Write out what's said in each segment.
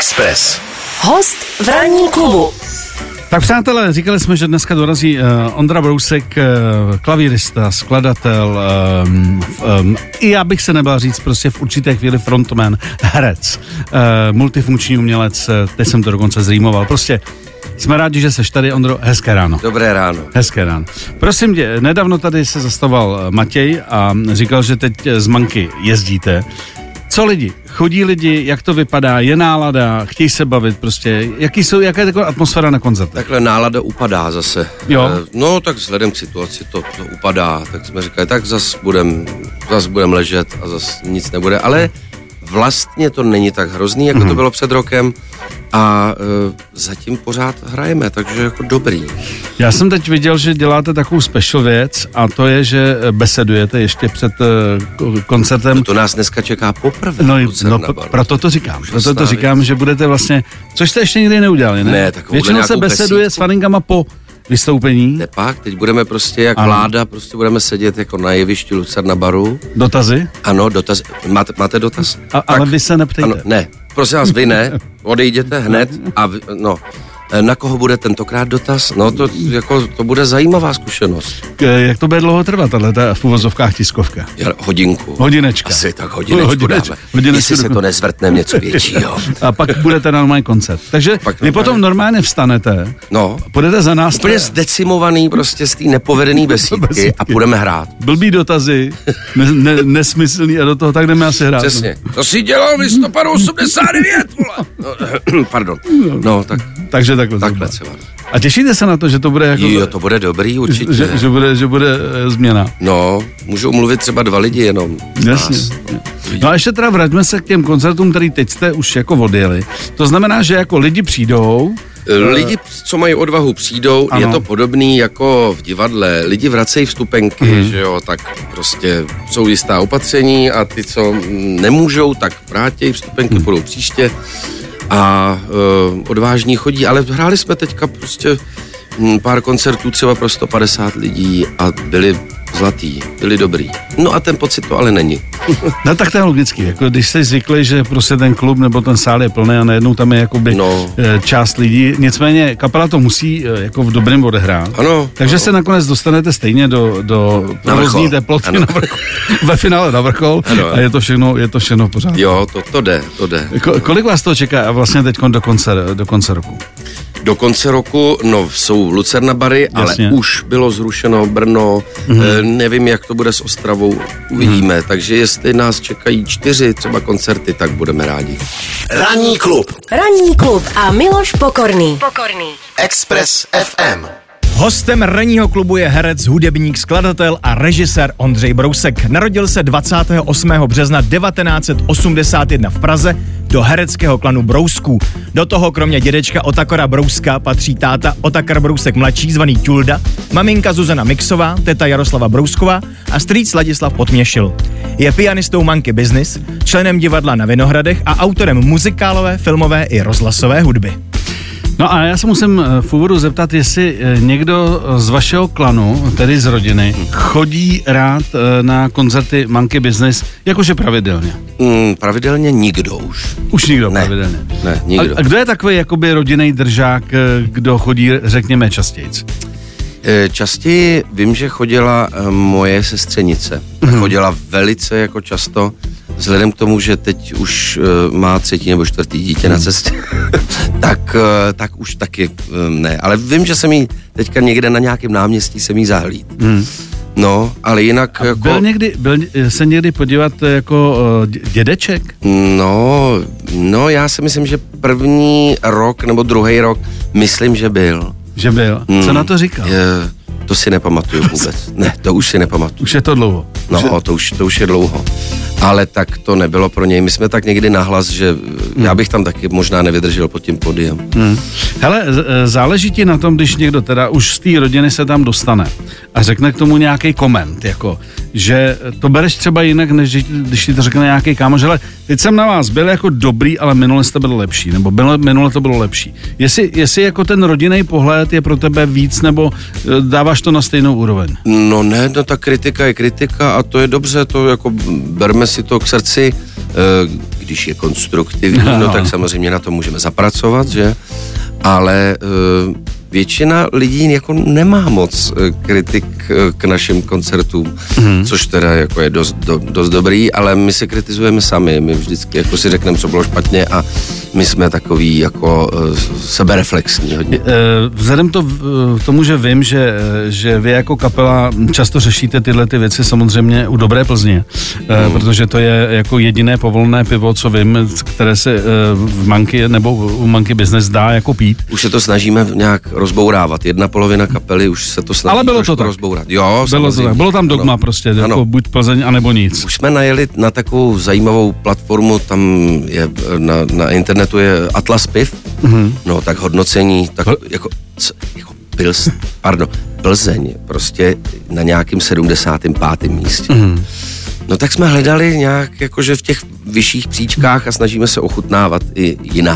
Express. Host v ranní klubu. Tak přátelé, říkali jsme, že dneska dorazí Ondra Brousek, klavírista, skladatel, i já bych se nebál říct prostě v určité chvíli frontman, herec, multifunkční umělec, teď jsem to dokonce zrýmoval, prostě jsme rádi, že seš tady, Ondro, hezké ráno. Dobré ráno. Hezké ráno. Prosím tě, nedávno tady se zastavoval Matěj a říkal, že teď z Manky jezdíte. Co lidi? Chodí lidi, jak to vypadá, je nálada, chtějí se bavit prostě, jaká je taková atmosféra na koncertu? Takhle nálada upadá zase. Jo. No tak vzhledem k situaci to upadá, tak jsme říkali, tak zas budem ležet a zas nic nebude, ale vlastně to není tak hrozný, jako to bylo před rokem a zatím pořád hrajeme, takže jako dobrý. Já jsem teď viděl, že děláte takovou special věc a to je, že besedujete ještě před koncertem. No to nás dneska čeká poprvé. Proto to říkám, že budete vlastně, což jste ještě nikdy neudělali, ne? Ne, takovou většinou se beseduje s faninkama po vystoupení. Nepak, teď budeme prostě jak vláda, prostě budeme sedět jako na jevišti Lucerna baru. Dotazy? Ano, dotazy. Máte dotaz? Ale vy se neptejte. Ano, ne, prosím vás, vy ne, odejděte hned a na koho bude tentokrát dotaz? No to bude zajímavá zkušenost. Jak to bude dlouho trvat, tato v uvozovkách tiskovka? Hodinku. Hodinečka. Asi tak hodinečku dáme. Jestli se to nezvrtne něco většího. A pak budete na normální koncert. Takže vy potom normálně vstanete, půjdete za nás. Úplně zdecimovaný prostě z té nepovedený besídky a půjdeme hrát. Blbý dotazy, nesmyslný a do toho tak jdeme asi hrát. Přesně. To si dělal v listopadu 89, vole. Pardon. No, tak. Takže takhle třeba. A těšíte se na to, že to bude jako... Jo, to bude dobrý, určitě. Že bude změna. No, můžou mluvit třeba 2 lidi jenom. Jasně. No a ještě teda vraťme se k těm koncertům, který teď jste už jako odjeli. To znamená, že jako lidi přijdou... Lidi, co mají odvahu, přijdou, ano. Je to podobný jako v divadle. Lidi vracejí vstupenky, že jo, tak prostě jsou jistá opatření a ty, co nemůžou, tak vrátí vstupenky, budou příště. A odvážní chodí, ale hráli jsme teďka prostě pár koncertů třeba pro 150 lidí a byli zlatý, byli dobrý. No a ten pocit to ale není. No tak to je logický, jako když jste zvyklí, že prostě ten klub nebo ten sál je plný a najednou tam je jakoby část lidí, nicméně kapela to musí jako v dobrém odehrát. Ano. Takže se nakonec dostanete stejně do provozní teploty ve finále na vrchol a je to všechno v pořádku. Jo, to jde. Kolik vás to čeká vlastně teď do konce roku? Do konce roku, jsou Lucerna bary, jasně. Ale už bylo zrušeno Brno, nevím, jak to bude s Ostravou, uvidíme, takže jestli nás čekají 4 třeba koncerty, tak budeme rádi. Ranní klub a Miloš Pokorný. Express FM. Hostem ranního klubu je herec, hudebník, skladatel a režisér Ondřej Brousek. Narodil se 28. března 1981 v Praze do hereckého klanu Brousků. Do toho kromě dědečka Otakara Brouska patří táta Otakar Brousek mladší, zvaný Tulda, maminka Zuzana Mixová, teta Jaroslava Brousková a strýc Ladislav Potměšil. Je pianistou Manky Business, členem divadla na Vinohradech a autorem muzikálové, filmové i rozhlasové hudby. No a já se musím v úvodu zeptat, jestli někdo z vašeho klanu, tedy z rodiny, chodí rád na koncerty Manky Business, jakože pravidelně? Pravidelně nikdo už. Už nikdo pravidelně? Ne, nikdo. A kdo je takový jakoby rodinný držák, kdo chodí, řekněme, častějc? Častěji vím, že chodila moje sestřenice. Chodila velice jako často, vzhledem k tomu, že teď už má 3. nebo 4. dítě na cestě, tak už taky ne. Ale vím, že jsem jí teďka někde na nějakém náměstí jsem jí zahlíd. No, ale jinak jako... Byl se někdy podívat jako dědeček? No, já si myslím, že první rok nebo druhý rok, myslím, že byl. Že byl? Co na to říkal? To si nepamatuju vůbec. Ne, to už si nepamatuju. Už je to dlouho. No, to už je dlouho. Ale tak to nebylo pro něj. My jsme tak někdy nahlas, že já bych tam taky možná nevydržel pod tím podiem. Hele, záleží ti na tom, když někdo teda už z té rodiny se tam dostane a řekne k tomu nějaký koment, jako, že to bereš třeba jinak, než když ti to řekne nějaký kámoš, ale teď jsem na vás byl jako dobrý, ale minule jste byl lepší, nebo minule to bylo lepší. Jestli jako ten rodinný pohled je pro tebe víc, nebo dáváš to na stejnou úroveň? No ne, ta kritika je kritika a to je dobře, to jako berme si to k srdci. když je konstruktivní, no tak samozřejmě na to můžeme zapracovat, že? Ale většina lidí jako nemá moc kritik k našim koncertům, což teda jako je dost dobrý, ale my se kritizujeme sami, my vždycky jako si řekneme, co bylo špatně a my jsme takový jako sebereflexní hodně. Vzhledem tomu, že vím, že vy jako kapela často řešíte tyhle ty věci samozřejmě u Dobré Plzně, protože to je jako jediné povolené pivo, co vím, které se v Monkey nebo u Monkey Business dá jako pít. Už se to snažíme nějak rozbourávat. Jedna polovina kapely už se to snaží rozbourat. Jo, bylo tam dogma prostě, jako buď Plzeň, anebo nic. Už jsme najeli na takovou zajímavou platformu, tam je na internetu je Atlas piv, no tak hodnocení, tak jako Plzeň prostě na nějakým 75. místě. No tak jsme hledali nějak jakože v těch vyšších příčkách a snažíme se ochutnávat i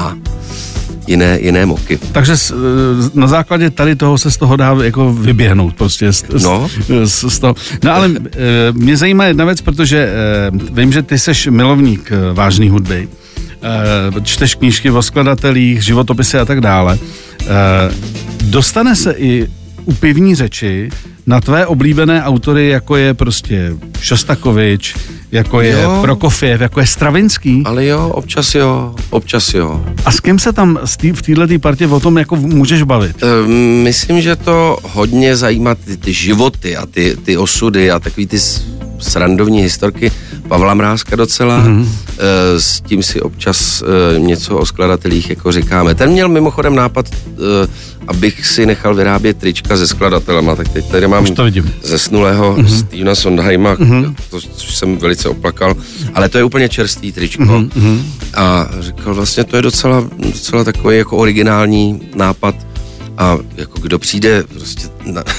jiné moky. Takže na základě tady toho se z toho dá jako vyběhnout prostě. Z toho. No ale mě zajímá jedna věc, protože vím, že ty seš milovník vážné hudby. Čteš knížky o skladatelích, životopisy a tak dále. Dostane se i u pivní řeči na tvé oblíbené autory, jako je prostě Šostakovič, jako je Prokofiev, jako je Stravinský. Ale jo, občas jo. A s kým se tam v této partě o tom jako můžeš bavit? Myslím, že to hodně zajímá ty životy a ty osudy a takový ty srandovní historky Pavla Mrázka docela. S tím si občas něco o skladatelích jako říkáme. Ten měl mimochodem nápad, abych si nechal vyrábět trička se skladatelema, tak teď tady mám zesnulého Stevena Sondheima, což jsem velice oplakal, ale to je úplně čerstvý tričko. A říkal, vlastně to je docela takový jako originální nápad a jako kdo přijde prostě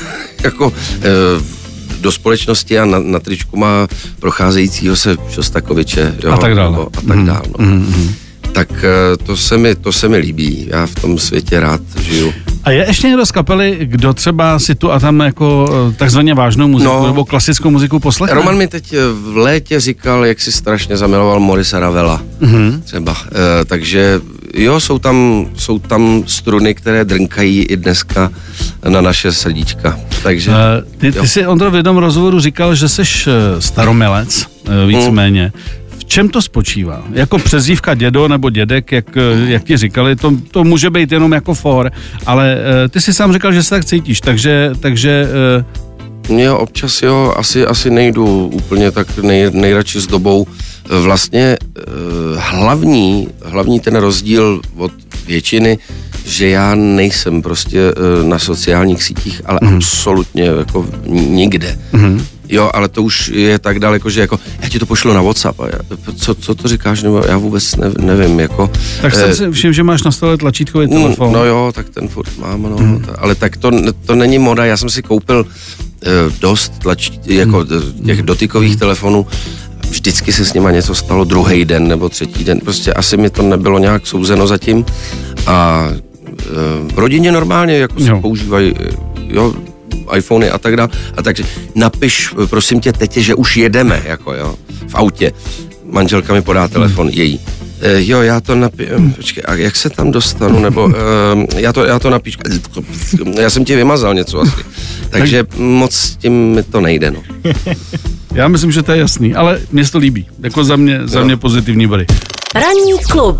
do společnosti a na tričku má procházejícího se Šostakoviče, jo, a tak dále. Tak to se mi líbí. Já v tom světě rád žiju. A je ještě někdo z kapely, kdo třeba si tu a tam jako takzvaně vážnou muziku nebo klasickou muziku poslechne? Roman mi teď v létě říkal, jak si strašně zamiloval Maurice Ravela. Třeba. Takže jo, jsou tam struny, které drnkají i dneska na naše srdíčka. Takže, ty jsi, Ondro, v jednom rozhovoru říkal, že seš staromilec, víceméně. V čem to spočívá? Jako přezdívka dědo nebo dědek, jak ti říkali, to může být jenom jako for, ale ty si sám říkal, že se tak cítíš, takže jo, občas jo, asi nejdu úplně tak nejradši s dobou. Vlastně hlavní ten rozdíl od většiny, že já nejsem prostě na sociálních sítích, ale absolutně jako nikde. Jo, ale to už je tak daleko, že jako já ti to pošlu na WhatsApp a co to říkáš, nebo já vůbec nevím, jako. Tak jsem si všiml, že máš na stole tlačítkový telefon. No jo, tak ten furt mám, ale tak to není moda, já jsem si koupil dost těch dotykových telefonů, vždycky se s nima něco stalo druhý den nebo třetí den, prostě asi mi to nebylo nějak souzeno zatím a v rodině normálně jako se používají, iPhony a tak dále. A takže napiš, prosím tě, tetě, že už jedeme, jako jo, v autě. Manželka mi podá telefon, její. Já to počkej, a jak se tam dostanu, nebo já to napíšu. Já jsem ti vymazal něco asi. Takže moc s tím mi to nejde, no. Já myslím, že to je jasný, ale mě to líbí. Jako za mě pozitivní body. Ranní klub.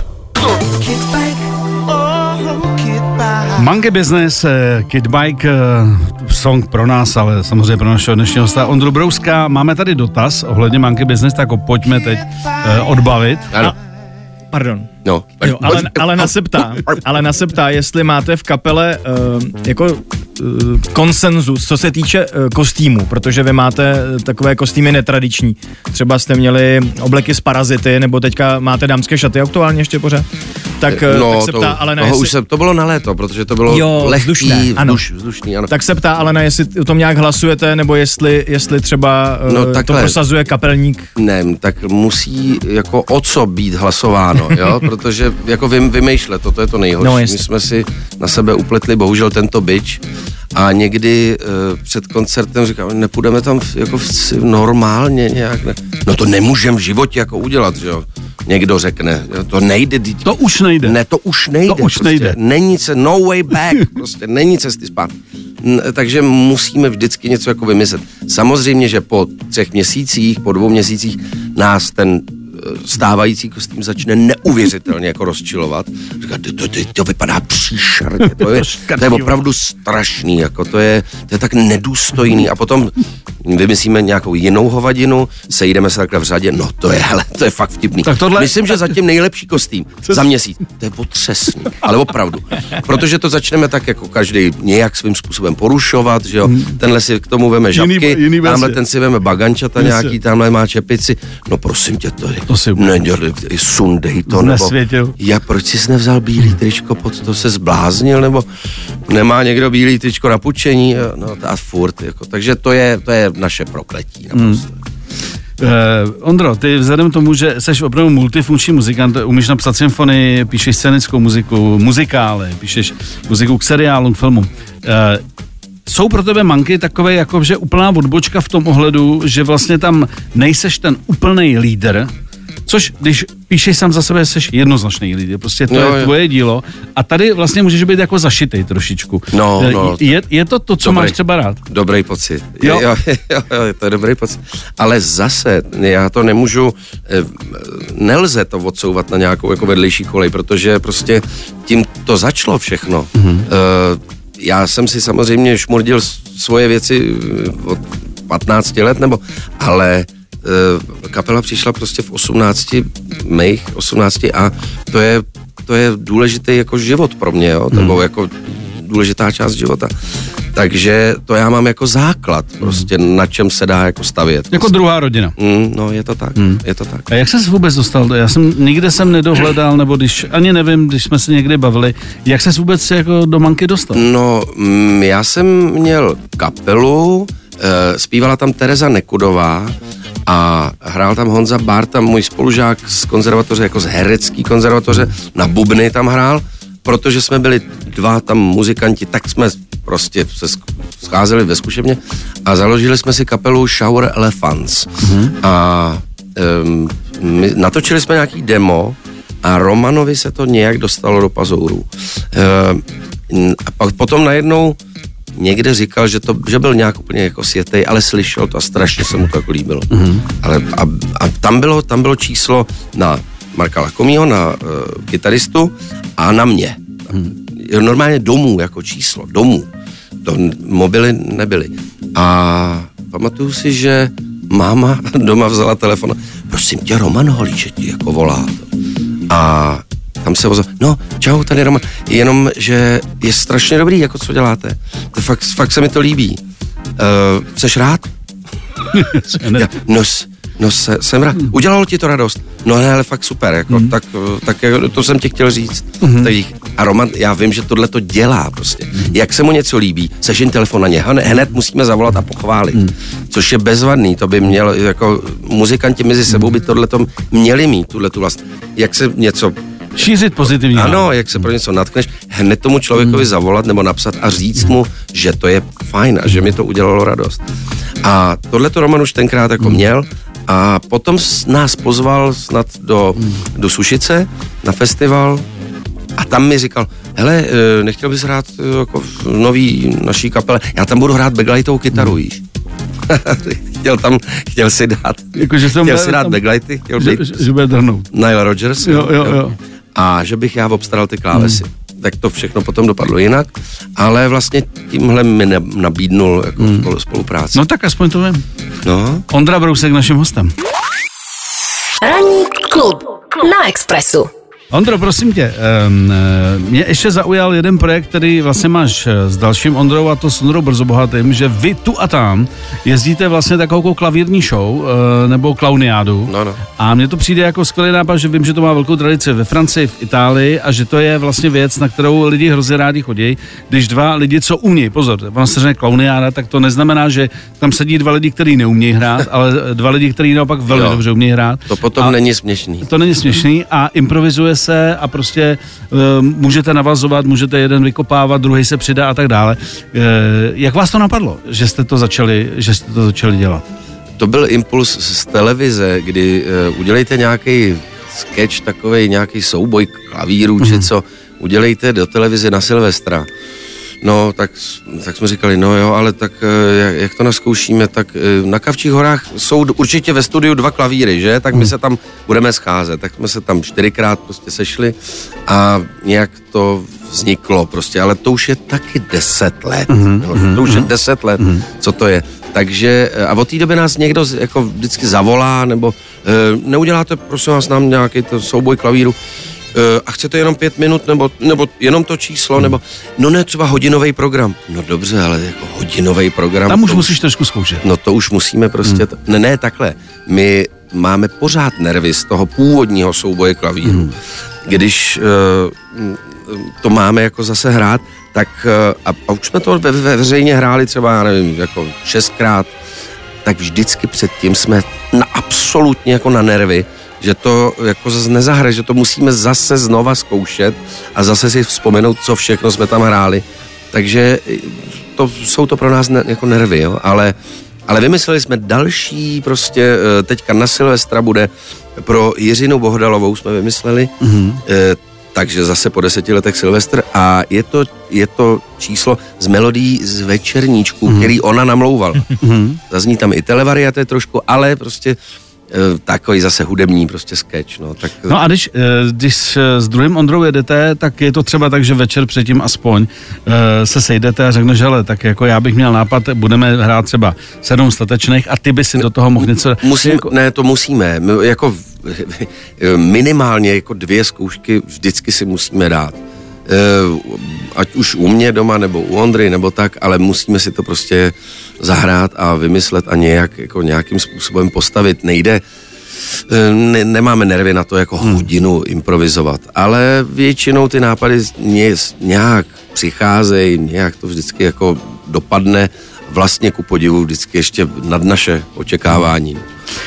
Monkey Business, Kid Bike, song pro nás, ale samozřejmě pro našeho dnešního hosta Ondru Brouska. Máme tady dotaz ohledně Monkey Business, tak ho pojďme teď odbavit. Ano. Pardon. No. Jo, ale se ptá, jestli máte v kapele konsenzus, co se týče kostýmů, protože vy máte takové kostýmy netradiční. Třeba jste měli obleky z Parazity, nebo teďka máte dámské šaty aktuálně ještě pořád. Tak se ptá, ale na jestli... to bylo na léto, protože to bylo lehký, vzdušný, ano. Tak se ptá, ale na jestli o tom nějak hlasujete, nebo jestli třeba to prosazuje kapelník. Ne, tak musí jako o co být hlasováno, jo, protože jako vymýšlet, to je to nejhorší. My jsme si na sebe upletli bohužel tento bič a někdy před koncertem říkám, nepůjdeme tam jako normálně nějak, no to nemůžem v životě jako udělat, že jo. někdo řekne, to nejde. To už nejde. Ne, to už nejde. To už nejde. Není no way back, prostě není cesty zpátky. Takže musíme vždycky něco jako vymyslet. Samozřejmě, že po 3 měsících, po 2 měsících nás ten stávající kostým začne neuvěřitelně jako rozčilovat. Říká, to vypadá příšerně, to je opravdu strašný, jako to je tak nedůstojný a potom vymyslíme nějakou jinou hovadinu, sejdeme se takhle v řadě, no to je fakt vtipný. Myslím, že zatím nejlepší kostým za měsíc, to je potřesný, ale opravdu, protože to začneme tak jako každý nějak svým způsobem porušovat, že jo, tenhle si k tomu veme žabky, tamhle ten si veme bagančata nějaký, tamhle má čepici, no prosím tě, to je sundej to, nebo proč jsi nevzal bílý tričko pod to, se zbláznil, nebo nemá někdo bílý tričko na půjčení, no a furt, jako, takže to je naše prokletí. Ondro, ty vzhledem tomu, že jsi opravdu multifunkční muzikant, umíš napsat symfonii, píšeš scénickou muziku, muzikály, píšeš muziku k seriálům, k filmu. Jsou pro tebe manky takové jako, že úplná odbočka v tom ohledu, že vlastně tam nejseš ten úplnej lídr, což když píšeš sám za sebe, seš jednoznačný lídr, prostě to je tvoje dílo a tady vlastně můžeš být jako zašitej trošičku. Je to, co máš třeba rád? Dobrý pocit. Jo, to je dobrý pocit. Ale zase, já to nemůžu, nelze to odsouvat na nějakou jako vedlejší kolej, protože prostě tím to začalo všechno. Já jsem si samozřejmě šmurdil svoje věci od 15 let, ale kapela přišla prostě v 18 a to je důležitý jako život pro mě, jo, nebo jako důležitá část života. Takže to já mám jako základ, prostě na čem se dá jako stavět. Jako druhá rodina. No, je to tak, je to tak. A jak ses vůbec dostal? Nikde jsem nedohledal, nebo když jsme se někdy bavili, jak ses vůbec jako do manky dostal? No, já jsem měl kapelu, zpívala tam Tereza Nekudová a hrál tam Honza Bárta, můj spolužák z konzervatoře, jako z herecký konzervatoře, na bubny tam hrál, protože jsme byli 2 tam muzikanti, tak jsme prostě se scházeli ve zkušebně a založili jsme si kapelu Shower Elephants. A my natočili jsme nějaký demo a Romanovi se to nějak dostalo do pazourů. A pak potom najednou někde říkal, že byl nějak úplně jako světej, ale slyšel to a strašně se mu to jako líbilo. Ale a tam bylo číslo na Marka Lakomího, na kytaristu a na mě. Normálně domů, jako číslo, domů. To mobily nebyly. A pamatuju si, že máma doma vzala telefon. Prosím tě, Roman Holíček ti jako volá. A tam se ozval, no, čau, tady Roman, jenom, že je strašně dobrý, jako co děláte. To fakt se mi to líbí. Jseš rád? Jsem rád. Udělalo ti to radost? No ne, ale fakt super, jako, tak to jsem ti chtěl říct. A Roman, já vím, že tohle to dělá prostě. Jak se mu něco líbí, sešin telefon na ně, hned musíme zavolat a pochválit. Což je bezvadný, to by měl, jako muzikanti mezi sebou by tohleto měli mít, tuhletu vlast. Jak se něco šířit pozitivně. Ano, jak se pro něco natkneš, hned tomu člověkovi zavolat nebo napsat a říct mu, že to je fajn a že mi to udělalo radost. A tohleto Roman už tenkrát jako měl a potom nás pozval snad do Sušice na festival a tam mi říkal, hele, nechtěl bys hrát jako v nový naší kapele, já tam budu hrát backlightovou kytaru, víš. chtěl si dát backlighty, chtěl být že bude drhnout. Nile Rodgers. Jo. A že bych já obstaral ty klávesy. Tak to všechno potom dopadlo jinak, ale vlastně tímhle mi nabídnul jako spolupráci. No tak aspoň to vím. No. Ondra Brousek naším hostem. Ranní klub na Expressu. Ondro, prosím tě, mě ještě zaujal jeden projekt, který vlastně máš s dalším Ondrou, a to s Ondrou Brzobohatým, že vy tu a tam jezdíte vlastně takovou klavírní show nebo klauniádu. No. A mně to přijde jako skvělý nápad, že vím, že to má velkou tradici ve Francii, v Itálii a že to je vlastně věc, na kterou lidi hrozně rádi chodí. Když 2 lidi, co umějí, pozor, ono se řekne klauniáda, tak to neznamená, že tam sedí 2 lidi, kteří neumějí hrát, ale 2 lidi, kteří naopak velmi dobře umějí hrát. To potom není směšný. To není směšný a improvizuje se a prostě můžete navazovat, můžete jeden vykopávat, druhý se přidá a tak dále. Jak vás to napadlo, že jste to začali dělat? To byl impuls z televize, kdy udělejte nějaký sketch, takovej nějaký souboj klavírů, či co, udělejte do televize na Silvestra. No, tak jsme říkali, no jo, ale tak jak to naskoušíme, tak na Kavčích horách jsou určitě ve studiu 2 klavíry, že? Tak my se tam budeme scházet. Tak jsme se tam 4krát prostě sešli a nějak to vzniklo prostě, ale to už je taky 10 let. To už je 10 let, co to je. Takže, a od té doby nás někdo jako vždycky zavolá, nebo neuděláte, prosím vás, nám nějaký to souboj klavíru, a chcete jenom 5 minut, nebo jenom to číslo, nebo no ne, třeba hodinový program. No dobře, ale jako hodinový program. Tam už musíš trošku zkoušet. No to už musíme prostě, ne takhle. My máme pořád nervy z toho původního souboje klavíru. Když to máme jako zase hrát, tak a už jsme to veřejně hráli třeba, já nevím, jako 6krát, tak vždycky předtím jsme absolutně jako na nervy, že to jako zase nezahraje, že to musíme zase znova zkoušet a zase si vzpomenout, co všechno jsme tam hráli. Takže jsou to pro nás jako nervy, jo? Ale vymysleli jsme další prostě, teďka na Silvestra bude pro Jiřinu Bohdalovou jsme vymysleli, takže zase po 10 letech Silvestr a je to číslo z melodií z Večerníčku, který ona namlouvala. Zazní tam i televariaté trošku, ale prostě takový zase hudební prostě sketch, no. Tak... No a když s druhým Ondrou jedete, tak je to třeba tak, že večer předtím aspoň se sejdete a řekneš, ale tak jako já bych měl nápad, budeme hrát třeba 7 statečných a ty by si do toho mohl něco... Ne, to musíme, jako minimálně jako 2 zkoušky vždycky si musíme dát. Ať už u mě doma, nebo u Ondry, nebo tak, ale musíme si to prostě zahrát a vymyslet a nějakým způsobem postavit. Nejde, nemáme nervy na to jako hodinu improvizovat, ale většinou ty nápady nějak přicházejí, nějak to vždycky jako dopadne vlastně ku podivu vždycky ještě nad naše očekávání.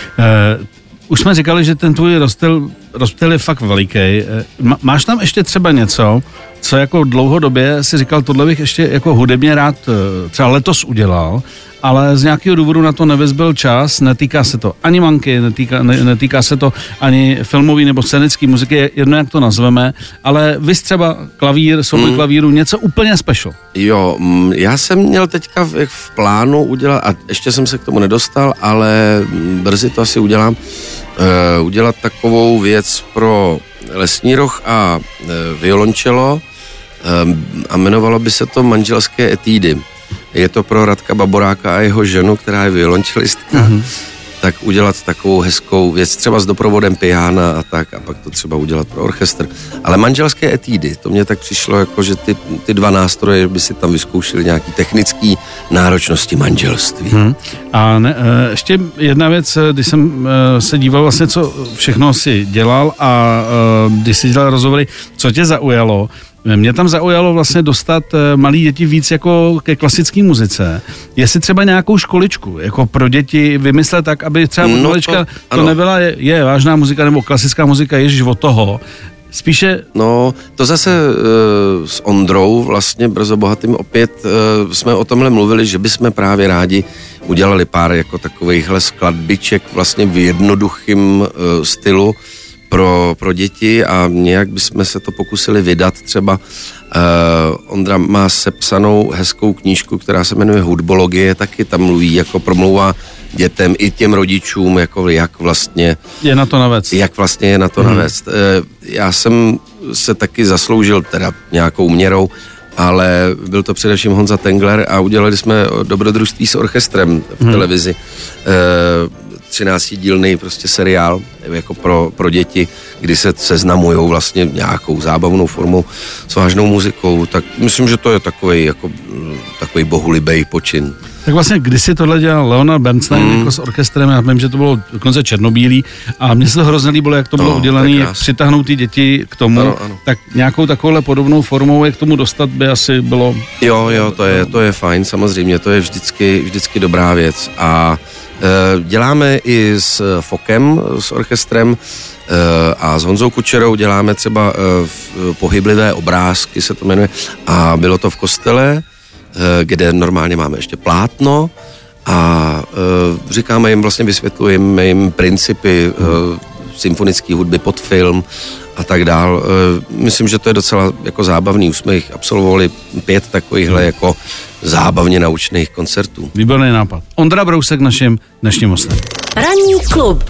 Už jsme říkali, že ten tvůj rozptyl je fakt veliký. Máš tam ještě třeba něco, co jako dlouhodobě si říkal, tohle bych ještě jako hudebně rád třeba letos udělal, ale z nějakého důvodu na to nevyzbyl čas, netýká se to ani manky, netýká se to ani filmový nebo scénický muziky, jedno jak to nazveme, ale vys třeba klavír, souboj klavíru, něco úplně special. Jo, já jsem měl teďka v plánu udělat, a ještě jsem se k tomu nedostal, ale brzy to asi udělám, udělat takovou věc pro lesní roh a violončelo a jmenovalo by se to Manželské etídy. Je to pro Radka Baboráka a jeho ženu, která je violončelistka, tak udělat takovou hezkou věc, třeba s doprovodem piana a tak, a pak to třeba udělat pro orchestr. Ale Manželské etídy, to mně tak přišlo, jako že ty 2 nástroje by si tam vyzkoušeli nějaký technický náročnosti manželství. A ještě jedna věc, když jsem se díval vlastně, co všechno si dělal a když si dělal rozhovory, co tě zaujalo. Mě tam zaujalo vlastně dostat malí děti víc jako ke klasické muzice. Jestli třeba nějakou školičku, jako pro děti vymyslet tak, aby třeba školička to nebyla je vážná muzika nebo klasická muzika, ježiš od toho. Spíše... No, to zase s Ondrou vlastně brzo bohatým opět jsme o tomhle mluvili, že bychom právě rádi udělali pár jako takovejhle skladbiček vlastně v jednoduchým stylu pro děti a nějak bychom se to pokusili vydat třeba. Ondra má sepsanou hezkou knížku, která se jmenuje Hudbologie, taky tam mluví, jako promlouvá dětem i těm rodičům, jako jak vlastně je na to navést. Jak vlastně je na to navést. Já jsem se taky zasloužil teda nějakou měrou, ale byl to především Honza Tengler a udělali jsme dobrodružství s orchestrem v televizi. 13dílný prostě seriál jako pro děti, kdy se seznamujou vlastně nějakou zábavnou formou s vážnou muzikou, tak myslím, že to je takový bohulibý počin. Tak vlastně kdysi tohle dělal Leonard Bernstein jako s orchestrem, já vím, že to bylo dokonce černobílý a mně se to hrozně líbilo, jak to bylo udělané, jak přitáhnout ty děti k tomu, ano. Tak nějakou takovouhle podobnou formou, jak k tomu dostat by asi bylo... Jo, to je fajn, samozřejmě, to je vždycky dobrá věc a děláme i s Fokem, s orchestrem a s Honzou Kučerou děláme třeba pohyblivé obrázky, se to jmenuje, a bylo to v kostele, kde normálně máme ještě plátno a říkáme jim, vlastně vysvětlujeme jim principy symfonické hudby pod film a tak dál. Myslím, že to je docela jako zábavný. Už jsme jich absolvovali 5 takovýchhle jako zábavně naučných koncertů. Výborný nápad. Ondra Brousek naším dnešním hostem. Ranní klub.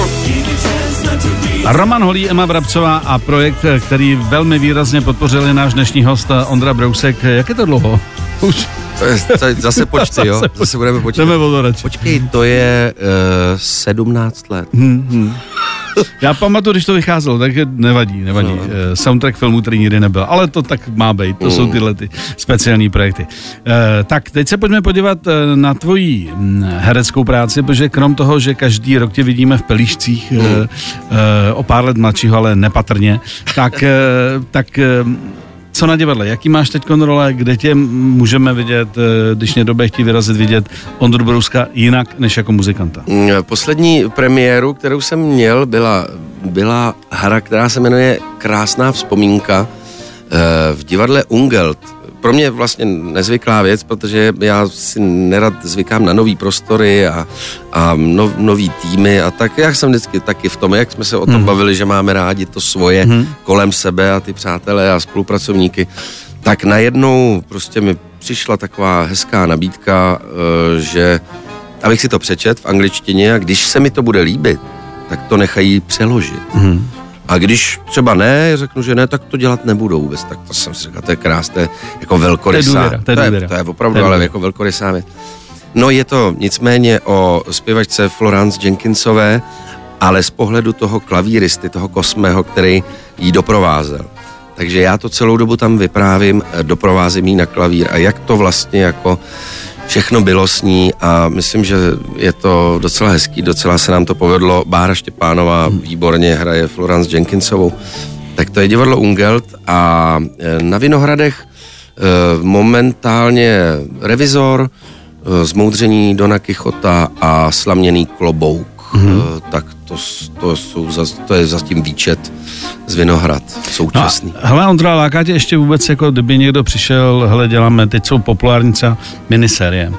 Roman Holý, Emma Vrabcová a projekt, který velmi výrazně podpořili náš dnešní host Ondra Brousek. Jak je to dlouho? Už. To je zase počty, jo? Zase budeme počítat. Počkej, to je 17 let. Já pamatuju, když to vycházelo, takže nevadí. No. Soundtrack filmu, který nikdy nebyl, ale to tak má být, to jsou tyhle ty speciální projekty. Tak, teď se pojďme podívat na tvoji hereckou práci, protože krom toho, že každý rok tě vidíme v Pelíšcích, o pár let mladšího, ale nepatrně, tak co na divadle? Jaký máš teď role? Kde tě můžeme vidět, když někdo bude chtít vyrazit vidět Ondru Brouska jinak než jako muzikanta? Poslední premiéru, kterou jsem měl, byla hra, která se jmenuje Krásná vzpomínka v divadle Ungelt. Pro mě vlastně nezvyklá věc, protože já si nerad zvykám na nový prostory a nový týmy a tak. Já jsem vždycky taky v tom, jak jsme se o tom bavili, že máme rádi to svoje kolem sebe a ty přátelé a spolupracovníky. Tak najednou prostě mi přišla taková hezká nabídka, že abych si to přečet v angličtině a když se mi to bude líbit, tak to nechají přeložit. A když třeba ne, řeknu, že ne, tak to dělat nebudou vůbec. Tak to jsem si říkal, to je krásné, to je jako velkorysá. To je opravdu, ale jako velkorysá věc. No je to nicméně o zpěvačce Florence Jenkinsové, ale z pohledu toho klavíristy, toho Kosmého, který jí doprovázel. Takže já to celou dobu tam vyprávím, doprovázím jí na klavír a jak to vlastně jako všechno bylo s ní a myslím, že je to docela hezký, docela se nám to povedlo. Bára Štěpánová výborně hraje Florence Jenkinsovou. Tak to je divadlo Ungelt a na Vinohradech momentálně Revizor, Zmoudření Dona Kichota a Slaměný klobouk. Tak to je zatím výčet z Vinohrad současný. No, hele Ondra, láká tě ještě vůbec, jako kdyby někdo přišel, hele děláme, teď jsou populární třeba minisérie.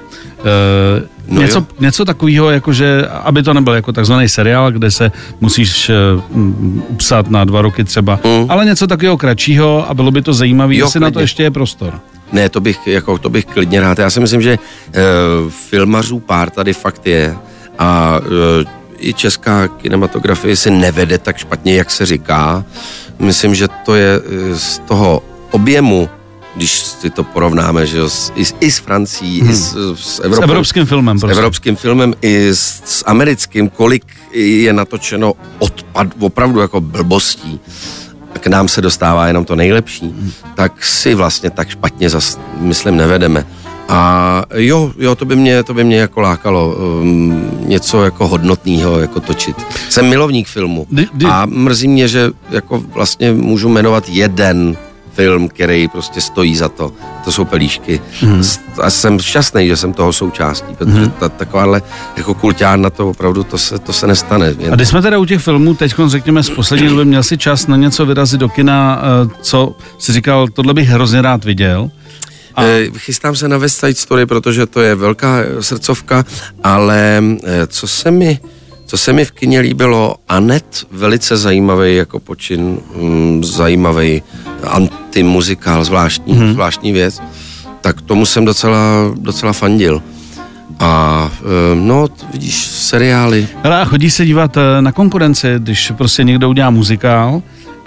Něco takového, jakože, aby to nebyl jako takzvaný seriál, kde se musíš upsat na 2 roky třeba, ale něco takového kratšího a bylo by to zajímavé, jestli na to ještě je prostor. Ne, to bych klidně rád. Já si myslím, že filmařů pár tady fakt je a i česká kinematografie se nevede tak špatně, jak se říká. Myslím, že to je z toho objemu, když si to porovnáme, že i s Francií, i s Evropou, s evropským filmem. S evropským filmem i s americkým, kolik je natočeno opravdu jako blbostí. K nám se dostává jenom to nejlepší, tak si vlastně tak špatně myslím nevedeme. A jo, to by mě jako lákalo něco jako hodnotného jako točit. Jsem milovník filmu a mrzí mě, že jako vlastně můžu jmenovat jeden film, který prostě stojí za to. To jsou Pelíšky. A jsem šťastný, že jsem toho součástí, protože takováhle jako kulťán na to opravdu, to se nestane. A když jsme teda u těch filmů, teď řekněme z poslední doby, měl si čas na něco vyrazit do kina, co si říkal, tohle bych hrozně rád viděl. Chystám se na West Side Story, protože to je velká srdcovka, ale co se mi v kině líbilo, Anet, velice zajímavý jako počin, zajímavý antimuzikál, zvláštní věc, tak tomu jsem docela fandil. A no, vidíš, seriály. Ale chodí se dívat na konkurenci, když prostě někdo udělá muzikál,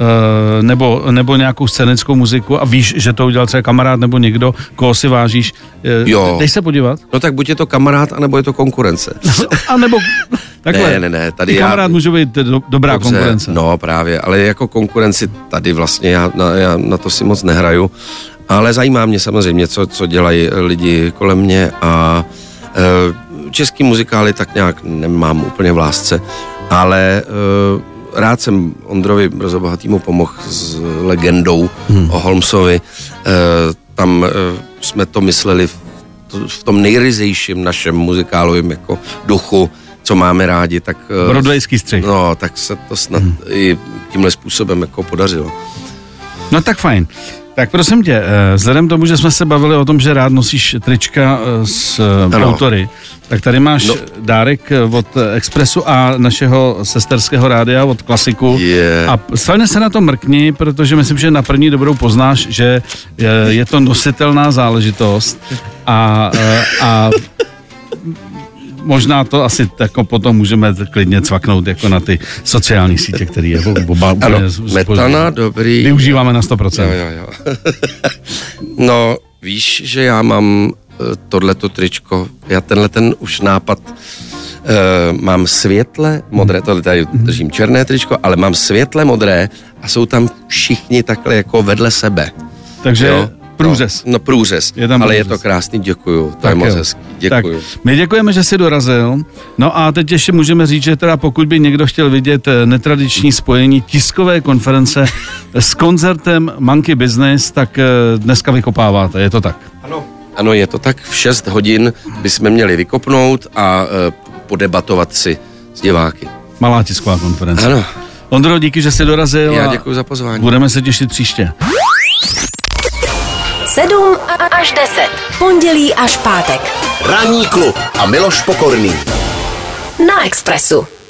nebo nějakou scénickou muziku a víš, že to udělal třeba kamarád nebo někdo, koho si vážíš. Jdeš se podívat? No tak buď je to kamarád, anebo je to konkurence. A nebo takhle. Ne, tady kamarád může být dobrá konkurence. No právě, ale jako konkurenci tady vlastně já na to si moc nehraju, ale zajímá mě samozřejmě, co dělají lidi kolem mě a český muzikály tak nějak nemám úplně v lásce, ale rád jsem Ondrovi Brzobohatýmu pomohl s legendou o Holmesovi. Tam jsme to mysleli v tom nejryzejším našem muzikálovém jako duchu, co máme rádi, tak Broadwayský střih. No, tak se to snad i tímhle způsobem jako podařilo. No tak fajn. Tak prosím tě, vzhledem k tomu, že jsme se bavili o tom, že rád nosíš trička s autory, tak tady máš dárek od Expressu a našeho sesterského rádia od Klasiku. A stejně se na to mrkni, protože myslím, že na první dobrou poznáš, že je to nositelná záležitost a možná to asi jako potom můžeme klidně cvaknout jako na ty sociální sítě, které je oba. Ano, Metana, dobrý. Využíváme na 100%. Jo. No, víš, že já mám tohleto tričko, já ten už nápad mám světle modré, tady držím černé tričko, ale mám světle modré a jsou tam všichni takhle jako vedle sebe. Takže jo? Průřez. No průřez, ale je to krásný, děkuju, to je moc hezký, děkuju. Tak, my děkujeme, že jsi dorazil, no a teď ještě můžeme říct, že teda pokud by někdo chtěl vidět netradiční spojení tiskové konference s koncertem Monkey Business, tak dneska vykopáváte, je to tak? Ano, je to tak, v 6 hodin bychom měli vykopnout a podebatovat si s diváky. Malá tisková konference. Ano. Ondro, díky, že jsi dorazil. Já děkuji za pozvání. Budeme se těšit příště. 7 až 10. Pondělí až pátek. Ranní klub a Miloš Pokorný. Na Expressu.